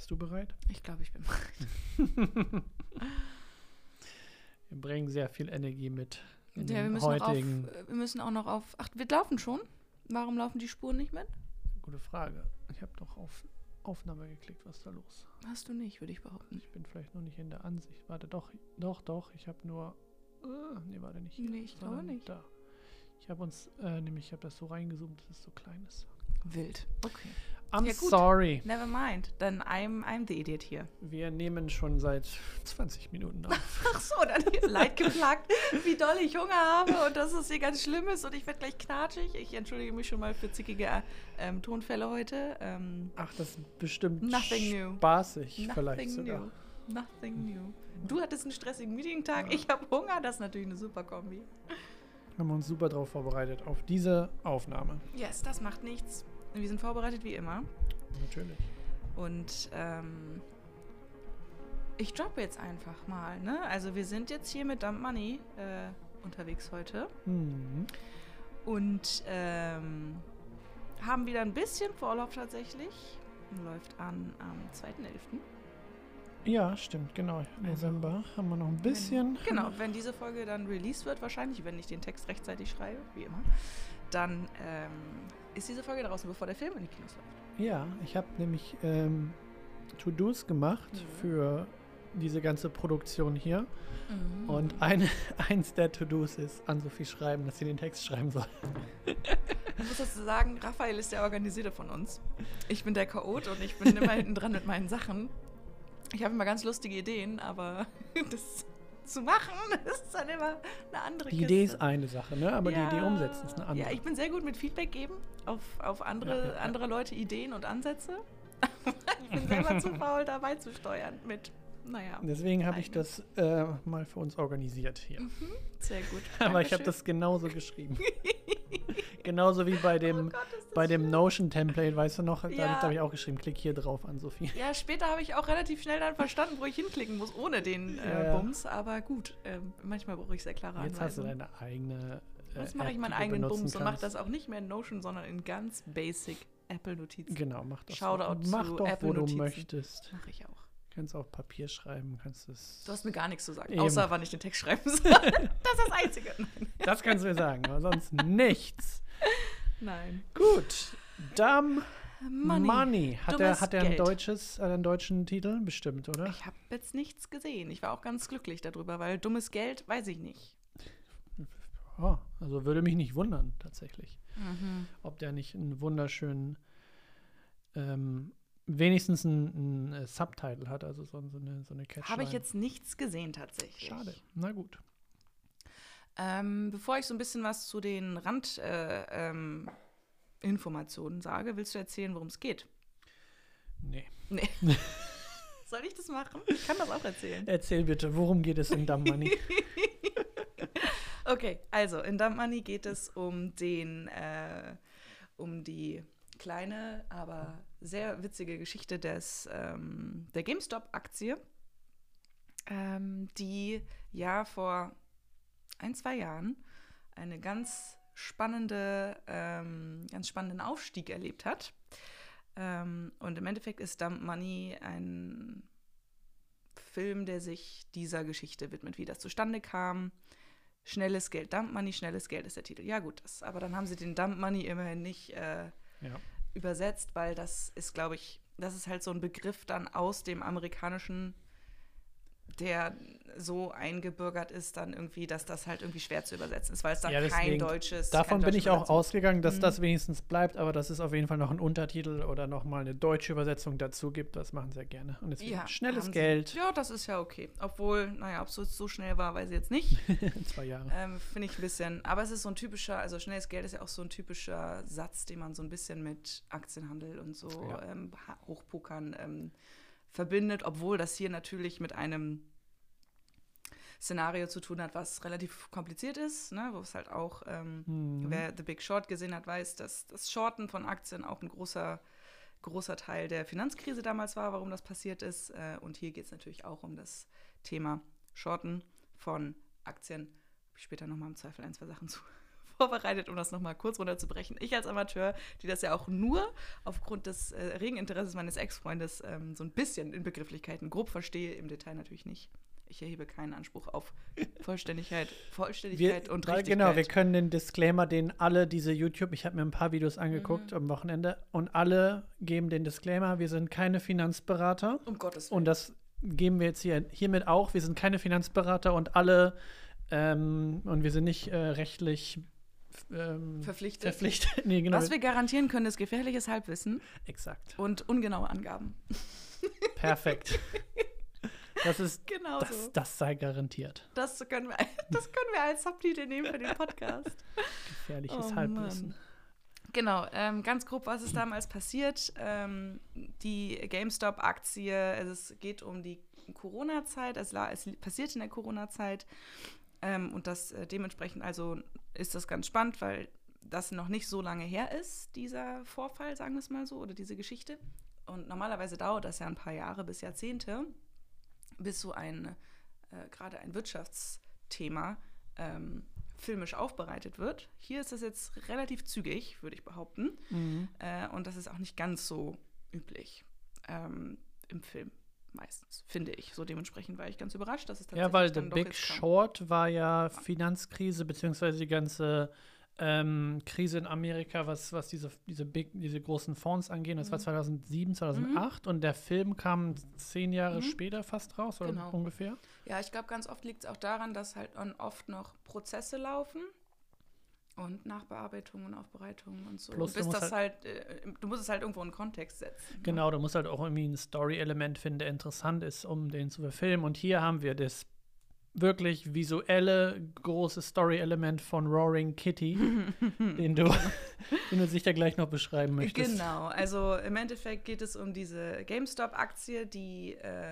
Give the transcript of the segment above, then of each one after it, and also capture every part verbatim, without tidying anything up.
Bist du bereit? Ich glaube, ich bin bereit. Wir bringen sehr viel Energie mit in Ja, wir den müssen, noch auf, heutigen... wir müssen auch noch auf... Ach, wir laufen schon? Warum laufen die Spuren nicht mit? Gute Frage. Ich habe doch auf Aufnahme geklickt. Was ist da los? Hast du nicht, würde ich behaupten. Ich bin vielleicht noch nicht in der Ansicht. Warte, doch, doch, doch. Ich habe nur... Uh, nee, warte nicht. Nee, ich glaube nicht. Da. Ich habe uns, äh, nämlich, ich habe das so reingezoomt, dass es so klein ist. Wild. Okay. I'm Ja, gut. sorry. Never mind. Dann I'm, I'm the idiot hier. Wir nehmen schon seit zwanzig Minuten auf. Ach so, dann hier leid geplagt, wie doll ich Hunger habe und dass es hier ganz schlimm ist und ich werde gleich knatschig. Ich entschuldige mich schon mal für zickige ähm, Tonfälle heute. Ähm, Ach, das ist bestimmt Nothing new. spaßig vielleicht Nothing sogar. new. Nothing new. Du hattest einen stressigen Meeting-Tag, ich habe Hunger. Das ist natürlich eine super Kombi. Haben wir uns super drauf vorbereitet, auf diese Aufnahme. Yes, das macht nichts. Wir sind vorbereitet wie immer. Natürlich. Und ähm, ich droppe jetzt einfach mal, ne? Also wir sind jetzt hier mit Dump Money äh, unterwegs heute. Mhm. Und ähm, haben wieder ein bisschen Vorlauf tatsächlich. Läuft an am zweiten elften Ja, stimmt, genau. November haben wir noch ein bisschen. Wenn, genau, wenn diese Folge dann released wird, wahrscheinlich, wenn ich den Text rechtzeitig schreibe, wie immer, dann ähm, ist diese Folge draußen, bevor der Film in die Kinos läuft. Ja, ich habe nämlich ähm, To-Dos gemacht Mhm. für diese ganze Produktion hier. Mhm. Und eine, eins der To-Dos ist, an Sophie schreiben, dass sie den Text schreiben soll. Ich muss dazu sagen, Raphael ist der Organisierte von uns. Ich bin der Chaot und ich bin immer hinten dran mit meinen Sachen. Ich habe immer ganz lustige Ideen, aber das zu machen, das ist dann immer eine andere Die Kiste. Idee ist eine Sache, ne? Aber Ja. die Idee umsetzen ist eine andere. Ja, ich bin sehr gut mit Feedback geben auf, auf andere, Ja, ja, ja. andere Leute Ideen und Ansätze. Ich bin selber zu faul, dabei zu steuern mit, naja. Deswegen habe ich eigenen. das äh, mal für uns organisiert hier. Mhm, sehr gut. Aber ich habe Dankeschön. das genauso geschrieben. Genauso wie bei dem, Oh Gott, ist das bei dem schlimm. Notion-Template, weißt du noch? Da Ja. habe ich auch geschrieben, klick hier drauf an, Sophie. Ja, später habe ich auch relativ schnell dann verstanden, wo ich hinklicken muss, ohne den äh, Ja, ja. Bums. Aber gut, ähm, manchmal brauche ich sehr klare Jetzt hast du Anweisungen. deine eigene äh, Jetzt mache ich App, meinen die du eigenen benutzen Bums und mache kannst. das auch nicht mehr in Notion, sondern in ganz basic Apple-Notizen. Genau, mach das. Shoutout so. Mach zu doch, Apple wo du Notizen. möchtest. Mache ich auch. Kannst auf Papier schreiben, kannst es. Du hast mir gar nichts zu sagen, Eben. außer wann ich den Text schreiben soll. Das ist das Einzige. Nein. Das kannst du mir sagen, aber sonst nichts. Nein. Gut. Dumb Money. Money. Hat Dummes er hat er ein Geld. deutsches, äh, einen deutschen Titel? Bestimmt, oder? Ich habe jetzt nichts gesehen. Ich war auch ganz glücklich darüber, weil dummes Geld weiß ich nicht. Oh, also würde mich nicht wundern, tatsächlich. Mhm. Ob der nicht einen wunderschönen, ähm, wenigstens einen, einen Subtitle hat, also so, so eine, so eine Catchline. Habe ich jetzt nichts gesehen tatsächlich. Schade. Na gut. Ähm, bevor ich so ein bisschen was zu den Randinformationen äh, ähm, Informationen sage, willst du erzählen, worum es geht? Nee. Nee. Soll ich das machen? Ich kann das auch erzählen. Erzähl bitte, worum geht es in Dumb Money? Okay, also in Dump Money geht es um den, äh, um die kleine, aber sehr witzige Geschichte des, ähm, der GameStop-Aktie, ähm, die ja vor ein, zwei Jahren eine ganz spannende, ähm, ganz spannenden Aufstieg erlebt hat. Ähm, und im Endeffekt ist Dump Money ein Film, der sich dieser Geschichte widmet, wie das zustande kam. Schnelles Geld, Dump Money, schnelles Geld ist der Titel. Ja gut, das, aber dann haben sie den Dump Money immerhin nicht äh, Ja. übersetzt, weil das ist, glaube ich, das ist halt so ein Begriff dann aus dem Amerikanischen, der so eingebürgert ist, dann irgendwie, dass das halt irgendwie schwer zu übersetzen ist, weil es dann Ja, kein deswegen, deutsches Davon keine bin deutsche ich auch Übersetzung- ausgegangen, dass Mhm. das wenigstens bleibt, aber dass es auf jeden Fall noch einen Untertitel oder nochmal eine deutsche Übersetzung dazu gibt, das machen sie ja gerne. Und deswegen Ja, schnelles haben sie- Geld, Ja, das ist ja okay. Obwohl, naja, ob es so, so schnell war, weiß ich jetzt nicht. zwei Jahre. Ähm, Finde ich ein bisschen, aber es ist so ein typischer, also schnelles Geld ist ja auch so ein typischer Satz, den man so ein bisschen mit Aktienhandel und so Ja. ähm, ha- Hochpokern ähm, verbindet, obwohl das hier natürlich mit einem Szenario zu tun hat, was relativ kompliziert ist, ne? Wo es halt auch, ähm, Mhm. wer The Big Short gesehen hat, weiß, dass das Shorten von Aktien auch ein großer, großer Teil der Finanzkrise damals war, warum das passiert ist. Äh, und hier geht es natürlich auch um das Thema Shorten von Aktien. Habe ich später nochmal im Zweifel ein, zwei Sachen zu vorbereitet, um das nochmal kurz runterzubrechen. Ich als Amateur, die das ja auch nur aufgrund des äh, regen Interesses meines Ex-Freundes ähm, so ein bisschen in Begrifflichkeiten grob verstehe, im Detail natürlich nicht. Ich erhebe keinen Anspruch auf Vollständigkeit, Vollständigkeit wir, und weil, Richtigkeit. Genau, wir können den Disclaimer, den alle diese YouTube, ich habe mir ein paar Videos angeguckt mhm. am Wochenende und alle geben den Disclaimer, wir sind keine Finanzberater. Um Gottes Willen. Und das geben wir jetzt hier hiermit auch. Wir sind keine Finanzberater und alle ähm, und wir sind nicht äh, rechtlich ähm, verpflichtet. verpflichtet. Nee, genau. Was wir garantieren können, ist gefährliches Halbwissen. Exakt. Und ungenaue Angaben. Perfekt. Das ist, genau das, so. das sei garantiert. Das können, wir, das können wir als Subtitel nehmen für den Podcast. Gefährliches oh, Halbwissen. Mann. Genau, ähm, ganz grob, was ist damals passiert? Ähm, die GameStop-Aktie, also es geht um die Corona-Zeit, also es passiert in der Corona-Zeit ähm, und das äh, dementsprechend, also ist das ganz spannend, weil das noch nicht so lange her ist, dieser Vorfall, sagen wir es mal so, oder diese Geschichte. Und normalerweise dauert das ja ein paar Jahre bis Jahrzehnte, bis so ein, äh, gerade ein Wirtschaftsthema ähm, filmisch aufbereitet wird. Hier ist das jetzt relativ zügig, würde ich behaupten. Mhm. Äh, und das ist auch nicht ganz so üblich ähm, im Film meistens, finde ich. So dementsprechend war ich ganz überrascht, dass es tatsächlich Ja, weil dann The doch Big jetzt kam. Short war ja Finanzkrise, beziehungsweise die ganze ähm, Krise in Amerika, was, was diese, diese, big, diese großen Fonds angehen. Das mhm. war zweitausendsieben, zweitausendacht mhm. und der Film kam zehn Jahre mhm. später fast raus, oder genau. ungefähr. Ja, ich glaube, ganz oft liegt es auch daran, dass halt oft noch Prozesse laufen und Nachbearbeitung und Aufbereitung und so. Plus, und bis du das halt, halt, äh, du musst es halt irgendwo in Kontext setzen. Genau, du musst halt auch irgendwie ein Story-Element finden, der interessant ist, um den zu verfilmen. Und hier haben wir das wirklich visuelle, große Story-Element von Roaring Kitty, den, du, den du sicher gleich noch beschreiben möchtest. Genau, also im Endeffekt geht es um diese GameStop-Aktie, die äh,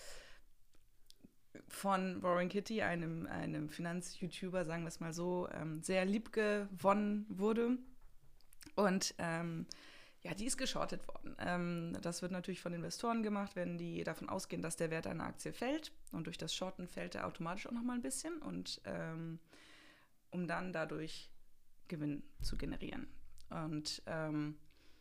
von Roaring Kitty, einem, einem Finanz-YouTuber, sagen wir es mal so, ähm, sehr lieb gewonnen wurde. Und ähm, ja, die ist geschortet worden. Ähm, das wird natürlich von Investoren gemacht, wenn die davon ausgehen, dass der Wert einer Aktie fällt. Und durch das Shorten fällt er automatisch auch noch mal ein bisschen. Und ähm, um dann dadurch Gewinn zu generieren. Und ähm,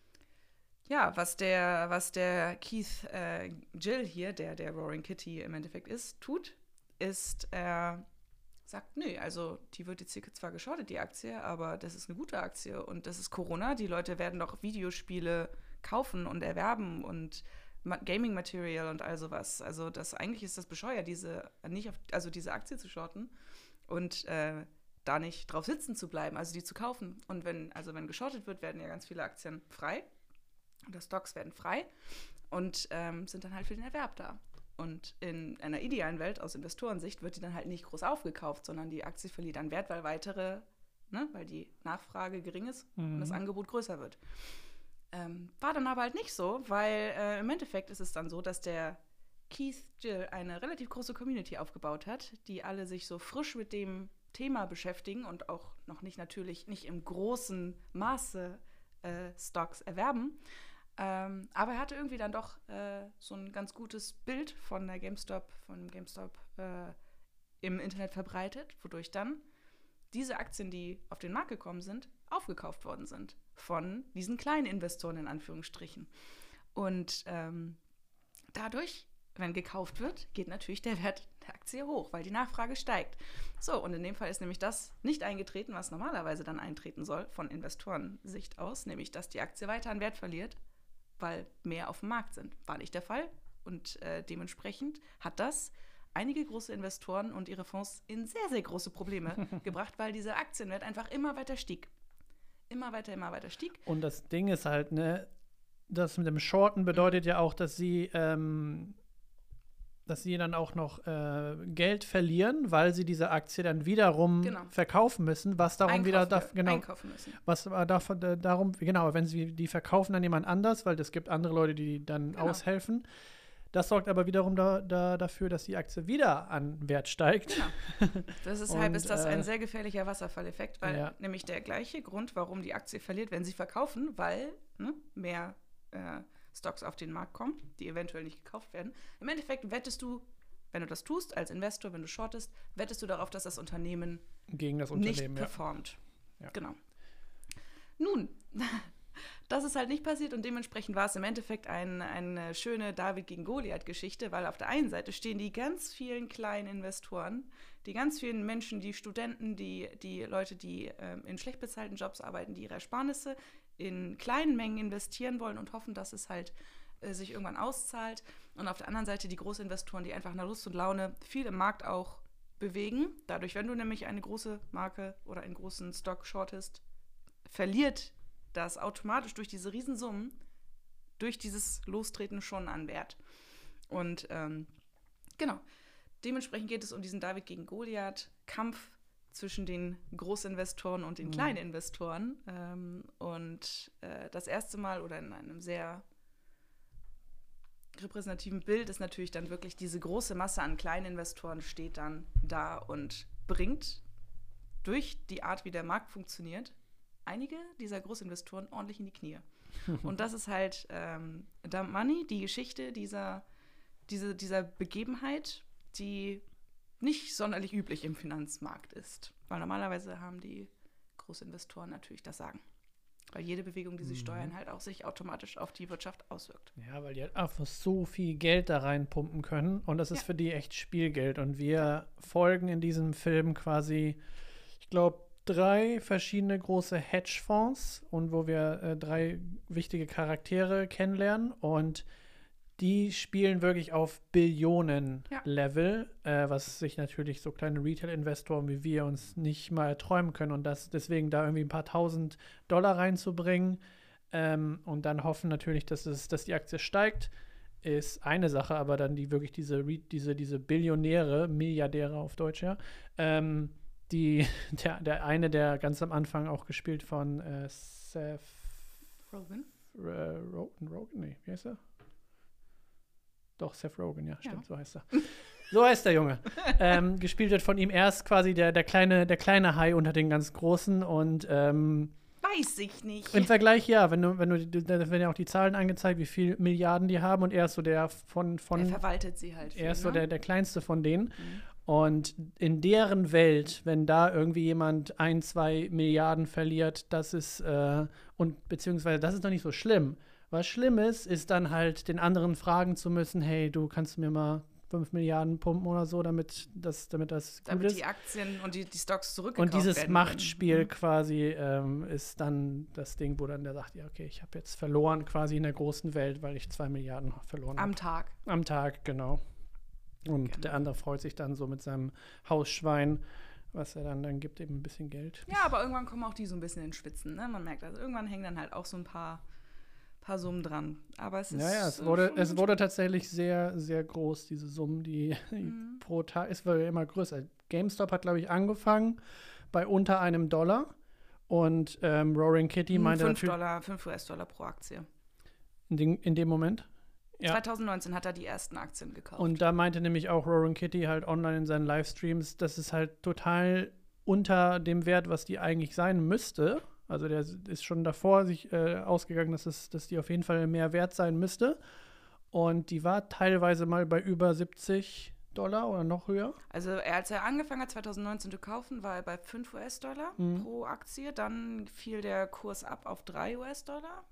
ja, was der, was der Keith äh, Gill hier, der der Roaring Kitty im Endeffekt ist, tut, ist, er sagt, nö, also die wird jetzt hier zwar geschortet, die Aktie, aber das ist eine gute Aktie und das ist Corona. Die Leute werden doch Videospiele kaufen und erwerben und Gaming-Material und all sowas. Also das eigentlich ist das bescheuert, diese, nicht auf, also diese Aktie zu shorten und äh, da nicht drauf sitzen zu bleiben, also die zu kaufen. Und wenn, also wenn geschortet wird, werden ja ganz viele Aktien frei. Oder Stocks werden frei und ähm, sind dann halt für den Erwerb da. Und in einer idealen Welt aus Investorensicht wird die dann halt nicht groß aufgekauft, sondern die Aktie verliert an Wert, weil weitere, ne, weil die Nachfrage gering ist mhm. und das Angebot größer wird. Ähm, war dann aber halt nicht so, weil äh, im Endeffekt ist es dann so, dass der Keith Gill eine relativ große Community aufgebaut hat, die alle sich so frisch mit dem Thema beschäftigen und auch noch nicht natürlich nicht im großen Maße äh, Stocks erwerben. Ähm, aber er hatte irgendwie dann doch äh, so ein ganz gutes Bild von der GameStop, von dem GameStop äh, im Internet verbreitet, wodurch dann diese Aktien, die auf den Markt gekommen sind, aufgekauft worden sind von diesen kleinen Investoren in Anführungsstrichen. Und ähm, dadurch, wenn gekauft wird, geht natürlich der Wert der Aktie hoch, weil die Nachfrage steigt. So, und in dem Fall ist nämlich das nicht eingetreten, was normalerweise dann eintreten soll, von Investorensicht aus, nämlich, dass die Aktie weiter an Wert verliert, weil mehr auf dem Markt sind. War nicht der Fall. Und äh, dementsprechend hat das einige große Investoren und ihre Fonds in sehr, sehr große Probleme gebracht, weil dieser Aktienwert einfach immer weiter stieg. Immer weiter, immer weiter stieg. Und das Ding ist halt, ne, das mit dem Shorten bedeutet mhm. ja auch, dass sie ähm, dass sie dann auch noch äh, Geld verlieren, weil sie diese Aktie dann wiederum genau. verkaufen müssen, was darum einkaufen, wieder darf, genau, einkaufen müssen. Was äh, davon, äh, darum, genau, wenn sie die verkaufen an jemand anders, weil es gibt andere Leute, die dann genau. aushelfen. Das sorgt aber wiederum da, da, dafür, dass die Aktie wieder an Wert steigt. Genau. Deshalb Und, ist das äh, ein sehr gefährlicher Wasserfalleffekt, weil ja. nämlich der gleiche Grund, warum die Aktie verliert, wenn sie verkaufen, weil ne, mehr äh, Stocks auf den Markt kommen, die eventuell nicht gekauft werden. Im Endeffekt wettest du, wenn du das tust als Investor, wenn du shortest, wettest du darauf, dass das Unternehmen gegen das Unternehmen nicht performt. Ja. Genau. Nun, das ist halt nicht passiert und dementsprechend war es im Endeffekt ein, eine schöne David gegen Goliath-Geschichte, weil auf der einen Seite stehen die ganz vielen kleinen Investoren, die ganz vielen Menschen, die Studenten, die, die Leute, die ähm, in schlecht bezahlten Jobs arbeiten, die ihre Ersparnisse in kleinen Mengen investieren wollen und hoffen, dass es halt äh, sich irgendwann auszahlt. Und auf der anderen Seite die Großinvestoren, die einfach nach Lust und Laune viel im Markt auch bewegen. Dadurch, wenn du nämlich eine große Marke oder einen großen Stock shortest, verliert das automatisch durch diese Riesensummen, durch dieses Lostreten schon an Wert. Und ähm, genau, dementsprechend geht es um diesen David gegen Goliath-Kampf zwischen den Großinvestoren und den mhm. kleinen Investoren. Ähm, und äh, das erste Mal oder in einem sehr repräsentativen Bild ist natürlich dann wirklich diese große Masse an kleinen Investoren steht dann da und bringt durch die Art, wie der Markt funktioniert, einige dieser Großinvestoren ordentlich in die Knie. Und das ist halt ähm, Dump Money, die Geschichte dieser, diese, dieser Begebenheit, die nicht sonderlich üblich im Finanzmarkt ist. Weil normalerweise haben die Großinvestoren natürlich das Sagen. Weil jede Bewegung, die sie mhm. steuern, halt auch sich automatisch auf die Wirtschaft auswirkt. Ja, weil die halt einfach so viel Geld da reinpumpen können. Und das ist ja. für die echt Spielgeld. Und wir ja. folgen in diesem Film quasi, ich glaube, drei verschiedene große Hedgefonds und wo wir äh, drei wichtige Charaktere kennenlernen und die spielen wirklich auf Billionen-Level, ja. äh, was sich natürlich so kleine Retail-Investoren wie wir uns nicht mal erträumen können und das deswegen da irgendwie ein paar tausend Dollar reinzubringen ähm, und dann hoffen natürlich, dass es, dass die Aktie steigt, ist eine Sache, aber dann die wirklich diese, diese, diese Billionäre, Milliardäre auf Deutsch, ja, ähm, Die, der, der eine, der ganz am Anfang auch gespielt von äh, Seth Rogen? Äh, Rogen, Rogen? Nee, wie heißt er? Doch, Seth Rogen, ja, stimmt, ja. so heißt er. So heißt der Junge. ähm, gespielt wird von ihm erst quasi der, der, kleine, der kleine Hai unter den ganz Großen und ähm, weiß ich nicht. Im Vergleich, ja, wenn du, wenn du, da werden ja auch die Zahlen angezeigt, wie viele Milliarden die haben und er ist so der von, von er verwaltet sie halt. Viel, er ist so ne? der, der kleinste von denen. Mhm. Und in deren Welt, wenn da irgendwie jemand ein, zwei Milliarden verliert, das ist, äh, und beziehungsweise das ist noch nicht so schlimm. Was schlimm ist, ist dann halt den anderen fragen zu müssen, hey, du kannst mir mal fünf Milliarden pumpen oder so, damit das, damit das damit gut ist. die Aktien und die, die Stocks zurückgekauft werden. Und dieses werden Machtspiel können. quasi ähm, ist dann das Ding, wo dann der sagt, ja, okay, ich habe jetzt verloren quasi in der großen Welt, weil ich zwei Milliarden verloren habe. Am Tag. Am Tag, genau. Und genau. der andere freut sich dann so mit seinem Hausschwein, was er dann, dann gibt, eben ein bisschen Geld. Ja, aber irgendwann kommen auch die so ein bisschen in Spitzen, ne? Man merkt, also irgendwann hängen dann halt auch so ein paar, paar Summen dran. Aber es ist Naja, es wurde, es wurde tatsächlich sehr, sehr groß, diese Summen, die, die mhm. pro Tag, es wird immer größer. GameStop hat, glaube ich, angefangen bei unter einem Dollar und ähm, Roaring Kitty meinte fünf Dollar, fünf U S-Dollar pro Aktie. In, den, in dem Moment? Ja. zwanzig neunzehn hat er die ersten Aktien gekauft. Und da meinte nämlich auch Roaring Kitty halt online in seinen Livestreams, dass es halt total unter dem Wert, was die eigentlich sein müsste. Also der ist schon davor sich äh, ausgegangen, dass, es, dass die auf jeden Fall mehr wert sein müsste. Und die war teilweise mal bei über siebzig Dollar oder noch höher. Also er, als er angefangen hat, zwanzig neunzehn zu kaufen, war er bei fünf U S-Dollar mhm. pro Aktie. Dann fiel der Kurs ab auf drei U S-Dollar.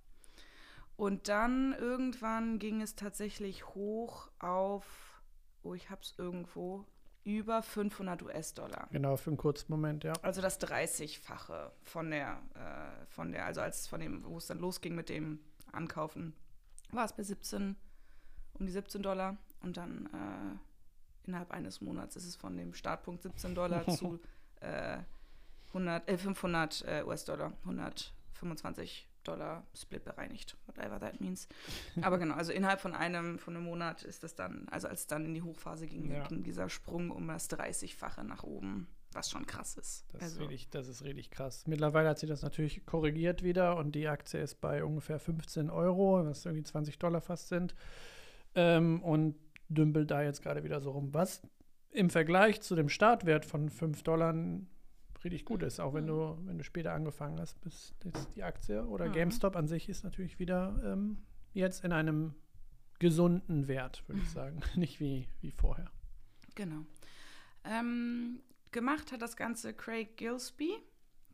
Und dann irgendwann ging es tatsächlich hoch auf, oh, ich hab's irgendwo, über fünfhundert U S-Dollar. Genau, für einen kurzen Moment, ja. Also das dreißigfache von der, äh, von der, also als von dem, wo es dann losging mit dem Ankaufen, war es bei siebzehn, um die siebzehn Dollar. Und dann äh, innerhalb eines Monats ist es von dem Startpunkt siebzehn Dollar zu äh, hundert, äh, fünfhundert äh, U S-Dollar, hundertfünfundzwanzig Dollar Split bereinigt, whatever that means. Aber genau, also innerhalb von einem, von einem Monat ist das dann, also als es dann in die Hochphase ging, ja. ging dieser Sprung um das dreißigfache nach oben, was schon krass ist. Das, also. ist richtig, das ist richtig krass. Mittlerweile hat sich das natürlich korrigiert wieder und die Aktie ist bei ungefähr fünfzehn Euro, was irgendwie zwanzig Dollar fast sind, ähm, und dümpelt da jetzt gerade wieder so rum, was im Vergleich zu dem Startwert von fünf Dollar richtig gut ist, auch wenn du, wenn du später angefangen hast, bis jetzt die Aktie oder mhm. GameStop an sich ist natürlich wieder ähm, jetzt in einem gesunden Wert, würde ich sagen, nicht wie, wie vorher. Genau. Ähm, gemacht hat das Ganze Craig Gillespie,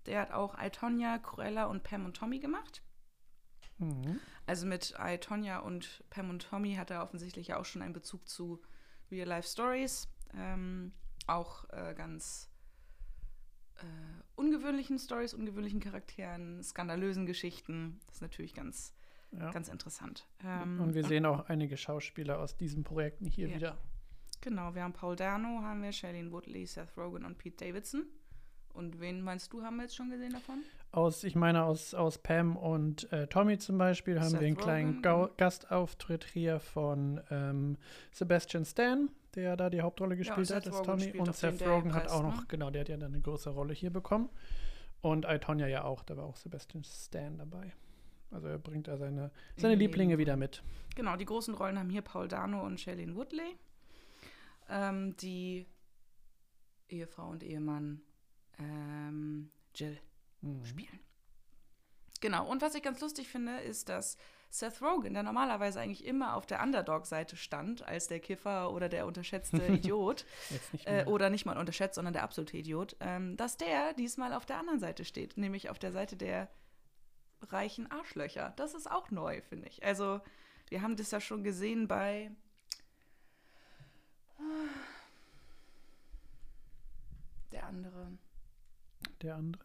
Der hat auch I, Tonya, Cruella und Pam und Tommy gemacht. Mhm. Also mit I, Tonya und Pam und Tommy hat er offensichtlich ja auch schon einen Bezug zu Real-Life-Stories. Ähm, auch äh, ganz äh, ungewöhnlichen Stories, ungewöhnlichen Charakteren, skandalösen Geschichten. Das ist natürlich ganz, Ja. ganz interessant. Ähm, Und wir sehen auch einige Schauspieler aus diesen Projekten hier Ja. wieder. Genau, wir haben Paul Dano, haben wir Shailene Woodley, Seth Rogen und Pete Davidson. Und wen meinst du, haben wir jetzt schon gesehen davon? Aus, ich meine, aus, aus Pam und äh, Tommy zum Beispiel haben Seth wir einen kleinen Rogen, Gau genau. Gastauftritt hier von ähm, Sebastian Stan, der da die Hauptrolle gespielt Seth hat, als Rogen Tommy. spielt Und auf den Seth Rogen hat Day-Press, auch noch, ne? genau, der hat ja dann eine größere Rolle hier bekommen. Und I, Tonya ja auch, da war auch Sebastian Stan dabei. Also er bringt da seine, seine den Lieblinge Nebenrollen. wieder mit. Genau, die großen Rollen haben hier Paul Dano und Shailene Woodley. Ähm, die Ehefrau und Ehemann ähm, Jill Mhm. spielen. Genau, und was ich ganz lustig finde, ist, dass Seth Rogen, der normalerweise eigentlich immer auf der Underdog-Seite stand, als der Kiffer oder der unterschätzte Idiot, Jetzt nicht äh, mehr. oder nicht mal unterschätzt, sondern der absolute Idiot, ähm, dass der diesmal auf der anderen Seite steht, nämlich auf der Seite der reichen Arschlöcher. Das ist auch neu, finde ich. Also, wir haben das ja schon gesehen bei der andere, Der andere.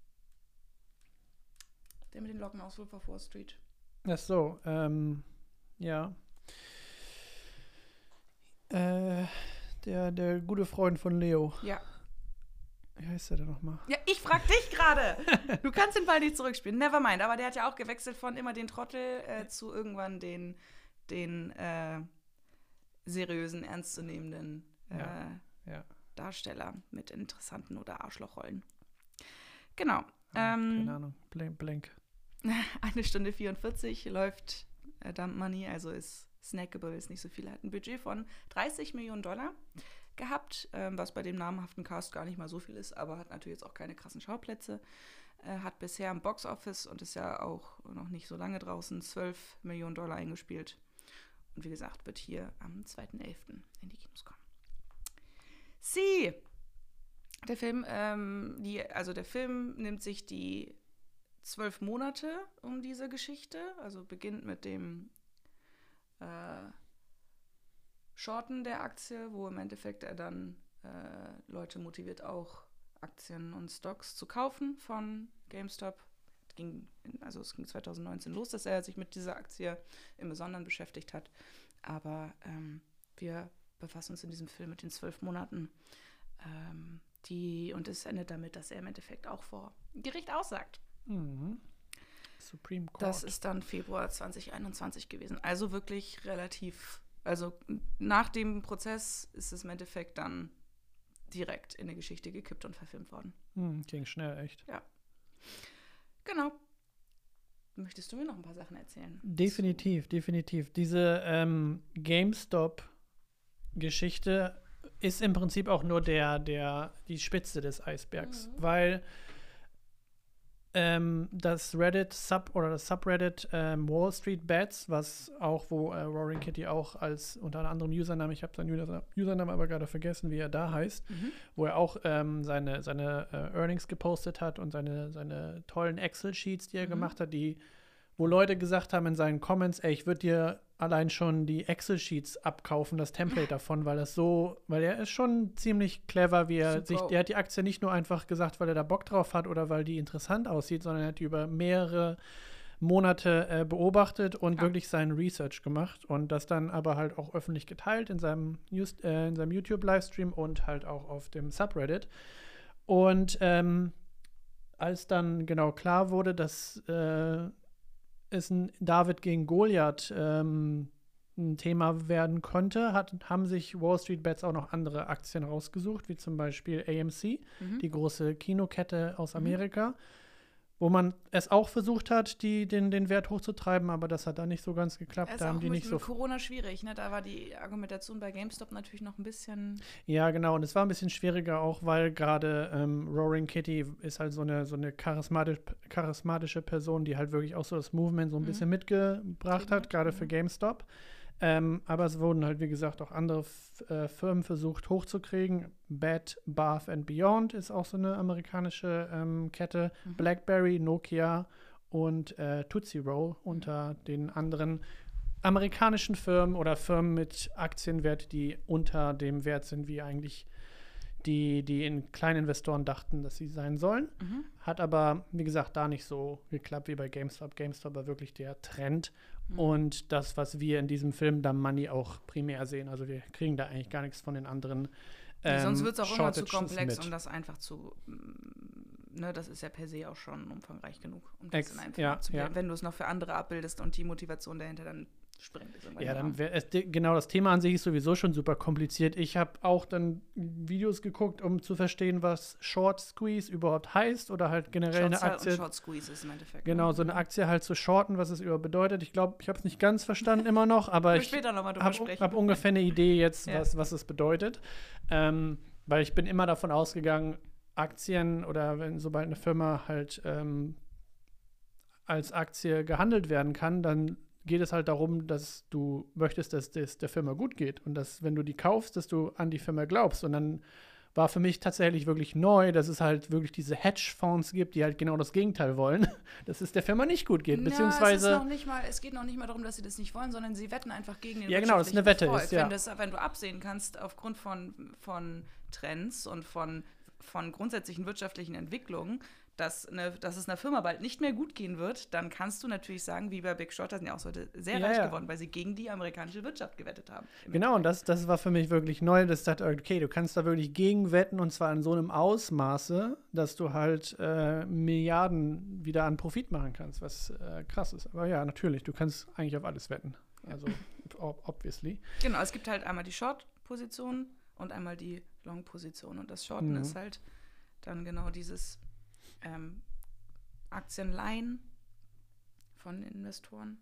der mit den Locken aus Wolf of Wall Street. Ach so, ähm, ja. Äh, der, der gute Freund von Leo. Ja. Wie heißt der denn nochmal? Ja, ich frag dich gerade. Du kannst den Ball nicht zurückspielen. Never mind. Aber der hat ja auch gewechselt von immer den Trottel äh, zu irgendwann den, den äh, seriösen, ernstzunehmenden äh, Ja, ja. Darsteller mit interessanten oder Arschlochrollen. Genau. Ah, Ähm, keine Ahnung. Blank. Blank. Eine Stunde vierundvierzig läuft äh, Dump Money, also ist snackable, ist nicht so viel. Hat ein Budget von dreißig Millionen Dollar gehabt, ähm, was bei dem namhaften Cast gar nicht mal so viel ist, aber hat natürlich jetzt auch keine krassen Schauplätze. Äh, hat bisher im Boxoffice und ist ja auch noch nicht so lange draußen zwölf Millionen Dollar eingespielt. Und wie gesagt, wird hier am zweiten elften in die Kinos kommen. Sie! Der Film, ähm, die, also der Film nimmt sich die zwölf Monate um diese Geschichte, also beginnt mit dem äh, Shorten der Aktie, wo im Endeffekt er dann äh, Leute motiviert, auch Aktien und Stocks zu kaufen von GameStop. Ging in, also es ging zwanzig neunzehn los, dass er sich mit dieser Aktie im Besonderen beschäftigt hat. Aber ähm, wir befassen uns in diesem Film mit den zwölf Monaten. Ähm, die, und es endet damit, dass er im Endeffekt auch vor Gericht aussagt. Mhm. Supreme Court. Das ist dann Februar zwanzig einundzwanzig gewesen. Also wirklich relativ, also nach dem Prozess ist es im Endeffekt dann direkt in eine Geschichte gekippt und verfilmt worden. Hm, ging schnell, echt. Genau. Möchtest du mir noch ein paar Sachen erzählen? Definitiv, definitiv. Diese ähm, GameStop-Geschichte ist im Prinzip auch nur der, der, die Spitze des Eisbergs, Mhm. weil ähm, das Reddit Sub oder das Subreddit ähm, Wall Street Bets, was auch, wo äh, Roaring Kitty auch als unter anderem Username, ich habe seinen User, Username aber gerade vergessen, wie er da heißt, Mhm. wo er auch ähm, seine, seine äh, Earnings gepostet hat und seine, seine tollen Excel-Sheets, die er Mhm. gemacht hat, die, wo Leute gesagt haben in seinen Comments, ey, ich würde dir allein schon die Excel-Sheets abkaufen, das Template davon, weil das so, weil er ist schon ziemlich clever, wie er Super. sich, der hat die Aktie nicht nur einfach gesagt, weil er da Bock drauf hat oder weil die interessant aussieht, sondern er hat die über mehrere Monate äh, beobachtet und Ja. wirklich seinen Research gemacht und das dann aber halt auch öffentlich geteilt in seinem, Just, äh, in seinem YouTube-Livestream und halt auch auf dem Subreddit. Und ähm, als dann genau klar wurde, dass äh, es ein David gegen Goliath ähm, ein Thema werden konnte, hat, haben sich Wall Street Bets auch noch andere Aktien rausgesucht, wie zum Beispiel A M C, Mhm. die große Kinokette aus Mhm. Amerika, wo man es auch versucht hat, die, den, den Wert hochzutreiben, aber das hat dann nicht so ganz geklappt. Ist Da auch haben die mit, nicht so. mit Corona schwierig, ne? Da war die Argumentation bei GameStop natürlich noch ein bisschen. Ja, genau. Und es war ein bisschen schwieriger auch, weil gerade ähm, Roaring Kitty ist halt so eine, so eine charismatisch, charismatische Person, die halt wirklich auch so das Movement so ein Mhm. bisschen mitgebracht Getrieben hat, hat, gerade mhm. für GameStop. Ähm, aber es wurden halt, wie gesagt, auch andere F äh, Firmen versucht hochzukriegen. Bed Bath and Beyond ist auch so eine amerikanische ähm, Kette. Mhm. BlackBerry, Nokia und äh, Tootsie Roll unter den anderen amerikanischen Firmen oder Firmen mit Aktienwert, die unter dem Wert sind, wie eigentlich die, die in Kleininvestoren dachten, dass sie sein sollen. Mhm. Hat aber, wie gesagt, da nicht so geklappt wie bei GameStop. GameStop war wirklich der Trend mhm. und das, was wir in diesem Film da Money auch primär sehen. Also wir kriegen da eigentlich gar nichts von den anderen ähm, ja, sonst wird es auch immer zu komplex, mit. um das einfach zu ne, das ist ja per se auch schon umfangreich genug, um das Ex, in einem ja, abzubilden. ja. Wenn du es noch für andere abbildest und die Motivation dahinter dann springt es irgendwann. Ja, dann wäre es genau, das Thema an sich ist sowieso schon super kompliziert. Ich habe auch dann Videos geguckt, um zu verstehen, was Short Squeeze überhaupt heißt oder halt generell Short eine Aktie. Und Short Squeeze ist im Endeffekt. Genau, ne? so eine Aktie halt zu shorten, was es überhaupt bedeutet. Ich glaube, ich habe es nicht ganz verstanden immer noch, aber ich habe hab ungefähr eine Idee jetzt, ja. was, was es bedeutet. Ähm, weil ich bin immer davon ausgegangen, Aktien oder wenn sobald eine Firma halt ähm, als Aktie gehandelt werden kann, dann geht es halt darum, dass du möchtest, dass es der Firma gut geht und dass, wenn du die kaufst, dass du an die Firma glaubst. Und dann war für mich tatsächlich wirklich neu, dass es halt wirklich diese Hedgefonds gibt, die halt genau das Gegenteil wollen, dass es der Firma nicht gut geht. Ja, beziehungsweise es, ist noch nicht mal, es geht noch nicht mal darum, dass sie das nicht wollen, sondern sie wetten einfach gegen den ja, genau, das ist eine Wette Erfolg. ist, ja. Wenn, das, wenn du absehen kannst, aufgrund von, von Trends und von, von grundsätzlichen wirtschaftlichen Entwicklungen, dass, eine, dass es einer Firma bald nicht mehr gut gehen wird, dann kannst du natürlich sagen, wie bei Big Short, da sind ja auch so sehr ja, reich ja. geworden, weil sie gegen die amerikanische Wirtschaft gewettet haben. Genau, und das, das war für mich wirklich neu, dass ich dachte, okay, du kannst da wirklich gegen wetten und zwar in so einem Ausmaße, dass du halt äh, Milliarden wieder an Profit machen kannst, was äh, krass ist. Aber ja, natürlich, du kannst eigentlich auf alles wetten. Also, obviously. Genau, es gibt halt einmal die Short-Position und einmal die Long-Position. Und das Shorten mhm. ist halt dann genau dieses Ähm, Aktien leihen von Investoren,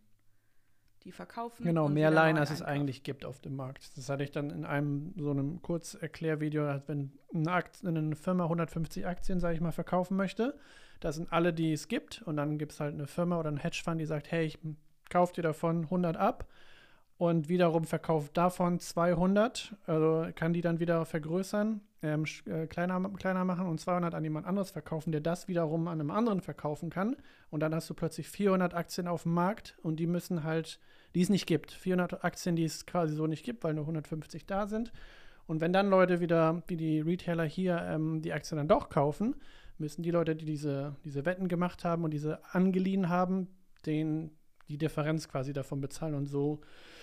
die verkaufen. Genau, mehr leihen, als es eigentlich gibt auf dem Markt. Das hatte ich dann in einem so einem Kurzerklärvideo, wenn eine, Aktie, eine Firma hundertfünfzig Aktien, sage ich mal, verkaufen möchte, das sind alle, die es gibt und dann gibt es halt eine Firma oder einen Hedgefonds, die sagt, hey, ich kaufe dir davon hundert ab und wiederum verkauft davon zweihundert, also kann die dann wieder vergrößern, ähm, äh, kleiner, kleiner machen und zweihundert an jemand anderes verkaufen, der das wiederum an einem anderen verkaufen kann. Und dann hast du plötzlich vierhundert Aktien auf dem Markt und die müssen halt, die es nicht gibt. vierhundert Aktien, die es quasi so nicht gibt, weil nur hundertfünfzig da sind. Und wenn dann Leute wieder, wie die Retailer hier, ähm, die Aktien dann doch kaufen, müssen die Leute, die diese, diese Wetten gemacht haben und diese angeliehen haben, den, die Differenz quasi davon bezahlen. Und so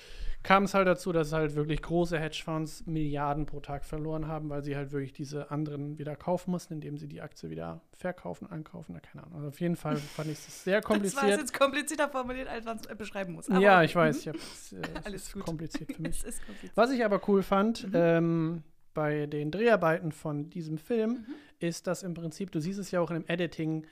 kam es halt dazu, dass halt wirklich große Hedgefonds Milliarden pro Tag verloren haben, weil sie halt wirklich diese anderen wieder kaufen mussten, indem sie die Aktie wieder verkaufen, ankaufen, keine Ahnung. Also auf jeden Fall fand ich es sehr kompliziert. Das war jetzt komplizierter formuliert, als man es beschreiben muss. Aber ja, ich weiß, ich hab, äh, alles ist gut. kompliziert für mich. Es ist kompliziert. Was ich aber cool fand, mhm. ähm, bei den Dreharbeiten von diesem Film, mhm. ist, dass im Prinzip, du siehst es ja auch im Editing,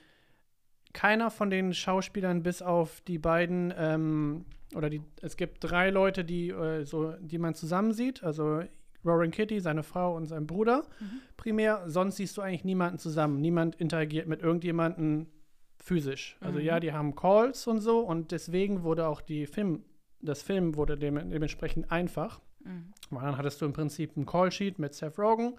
keiner von den Schauspielern, bis auf die beiden, ähm, oder die, es gibt drei Leute, die, äh, so, die man zusammen sieht, also Roaring Kitty, seine Frau und sein Bruder mhm. primär, sonst siehst du eigentlich niemanden zusammen, niemand interagiert mit irgendjemandem physisch. Also mhm. ja, die haben Calls und so und deswegen wurde auch die Film, das Film wurde dem, dementsprechend einfach, mhm. weil dann hattest du im Prinzip ein Callsheet mit Seth Rogen.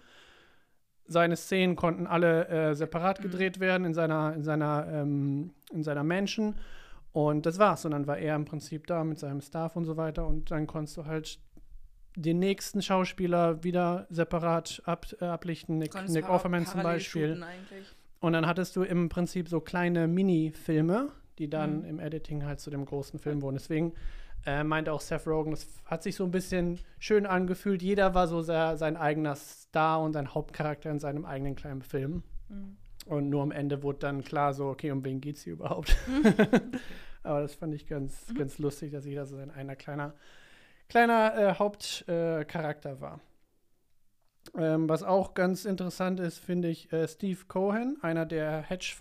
Seine Szenen konnten alle äh, separat mhm. gedreht werden in seiner, in seiner, ähm, in seiner Mansion. Und das war's. Und dann war er im Prinzip da mit seinem Staff und so weiter. Und dann konntest du halt den nächsten Schauspieler wieder separat ab, äh, ablichten. Nick, Nick Offerman zum Beispiel. Und dann hattest du im Prinzip so kleine Mini-Filme, die dann mhm. im Editing halt zu dem großen Film wurden. Deswegen äh, meinte auch Seth Rogen, das hat sich so ein bisschen schön angefühlt. Jeder war so sehr, sein eigener Star und sein Hauptcharakter in seinem eigenen kleinen Film. Mhm. Und nur am Ende wurde dann klar so, okay, um wen geht's hier überhaupt? Mhm. Aber das fand ich ganz, mhm. ganz lustig, dass jeder so ein einer kleiner, kleiner äh, Hauptcharakter äh, war. Ähm, was auch ganz interessant ist, finde ich, äh, Steve Cohen, einer der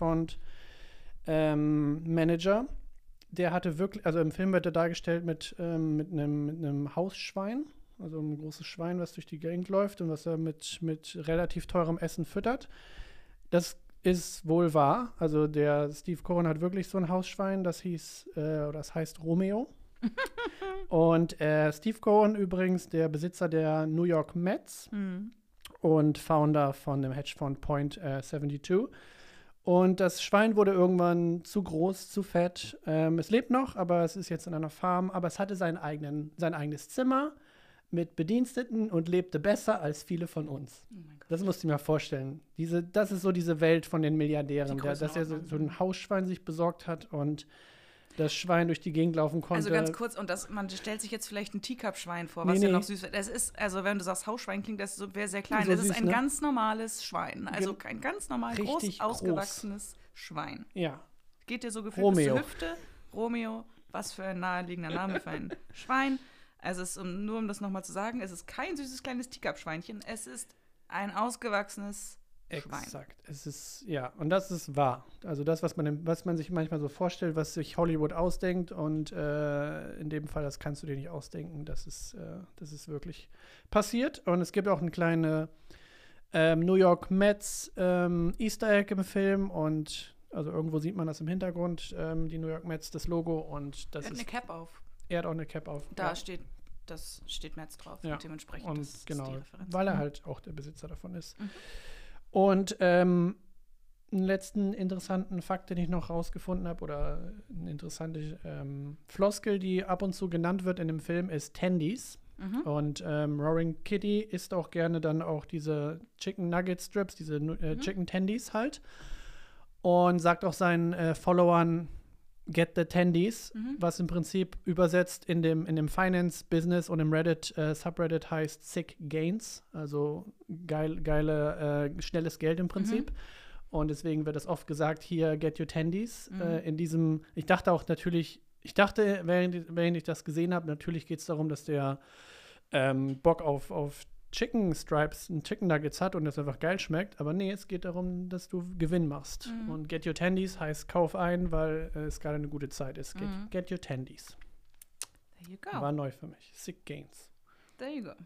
Hedgefonds-Manager, ähm, der hatte wirklich, also im Film wird er dargestellt mit, ähm, mit einem mit einem Hausschwein, also ein großes Schwein, was durch die Gegend läuft und was er mit, mit relativ teurem Essen füttert. Das ist wohl wahr. Also der Steve Cohen hat wirklich so ein Hausschwein, das hieß, äh, oder das heißt Romeo. Und äh, Steve Cohen übrigens, der Besitzer der New York Mets Mhm. und Founder von dem Hedgefonds Point äh, zweiundsiebzig. Und das Schwein wurde irgendwann zu groß, zu fett. Ähm, es lebt noch, aber es ist jetzt in einer Farm. Aber es hatte seinen eigenen, sein eigenes Zimmer mit Bediensteten und lebte besser als viele von uns. Oh mein Gott. Das musst du dir mal vorstellen. Diese, das ist so diese Welt von den Milliardären, Die der, dass er so, Größenordnung. so ein Hausschwein sich besorgt hat und das Schwein durch die Gegend laufen konnte. Also ganz kurz, und das, man stellt sich jetzt vielleicht ein Teacup-Schwein vor, Nee, was ja nee. noch süß wird. Es ist, also wenn du sagst Hausschwein, klingt das so wäre sehr klein. So Es ist süß, ein ne? ganz normales Schwein. Also Gen- ein ganz normal Richtig groß groß. ausgewachsenes Schwein. Ja, Geht dir so gefühlt Romeo. bis zur Hüfte. Romeo, was für ein naheliegender Name für ein Schwein. Also es ist, um, nur um das nochmal zu sagen, es ist kein süßes kleines Teacup-Schweinchen. Es ist ein ausgewachsenes Schwein. exakt. Es ist, ja, und das ist wahr. Also das, was man, im- was man sich manchmal so vorstellt, was sich Hollywood ausdenkt und äh, in dem Fall, das kannst du dir nicht ausdenken. Das ist, äh, das ist wirklich passiert. Und es gibt auch eine kleine ähm, New York Mets ähm, Easter Egg im Film und also irgendwo sieht man das im Hintergrund, ähm, die New York Mets, das Logo und das Er hat ist, eine Cap auf. er hat auch eine Cap auf. Da ja. steht, das steht Metz drauf. Ja. Und dementsprechend Und das genau, ist die Referenz. weil er Mhm. halt auch der Besitzer davon ist. Mhm. Und ähm, einen letzten interessanten Fakt, den ich noch rausgefunden habe, oder eine interessante ähm, Floskel, die ab und zu genannt wird in dem Film, ist Tendies. Mhm. Und ähm, Roaring Kitty isst auch gerne dann auch diese Chicken Nugget Strips, diese äh, Mhm. Chicken Tendies halt. Und sagt auch seinen äh, Followern, get the Tendies, Mhm. was im Prinzip übersetzt in dem, in dem Finance-Business und im Reddit-Subreddit heißt Sick Gains, also geil, geile, äh, schnelles Geld im Prinzip. Und deswegen wird das oft gesagt, hier, get your Tendies. Mhm. Äh, in diesem, ich dachte auch natürlich, ich dachte, während, während ich das gesehen habe, natürlich geht es darum, dass der ähm, Bock auf, auf Chicken Stripes, ein Chicken Nuggets hat und das einfach geil schmeckt. Aber nee, es geht darum, dass du Gewinn machst. Mhm. Und get your Tendies heißt kauf ein, weil äh, es gerade eine gute Zeit ist. Get, Mhm. get your Tendies. There you go. War neu für mich. Sick Gains. There you go.